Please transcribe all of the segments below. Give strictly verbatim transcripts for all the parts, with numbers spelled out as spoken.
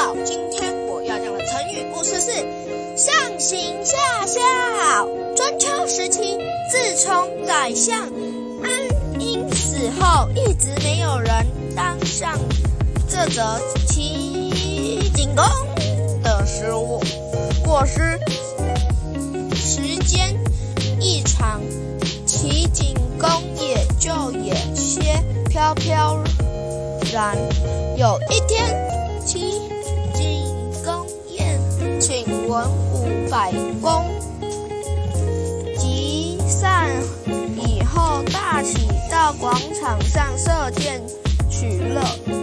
好，今天我要讲的成语故事是上行下效。春秋时期，自从宰相安婴死后，一直没有人当上这则齐景公的食物。过失时间一长，齐景公也就也些飘飘然。有一天，齐景公宴请文武百官，集散以后，大起到广场上射箭取乐。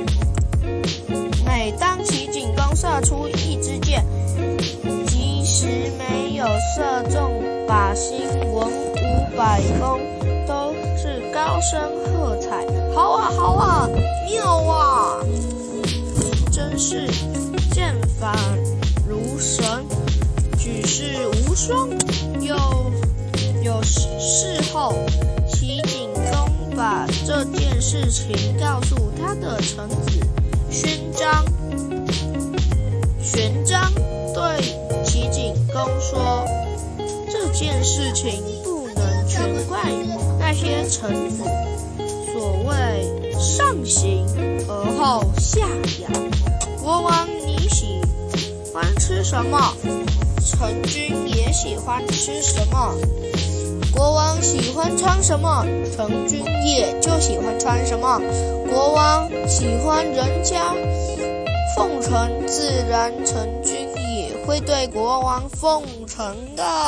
每当齐景公射出一支箭，即使没有射中靶心，文武百官都是高声喝彩：“好啊，好啊，妙啊！真是箭法如神，举世无双。”有有事后，齐景公把这件事情告诉他的臣子宣章。宣章对齐景公说：“这件事情不能全怪那些臣子，所谓上行而后下扬。国王你喜欢吃什么，臣君也喜欢吃什么；国王喜欢穿什么，臣君也就喜欢穿什么；国王喜欢人家奉承，自然臣君也会对国王奉承的。”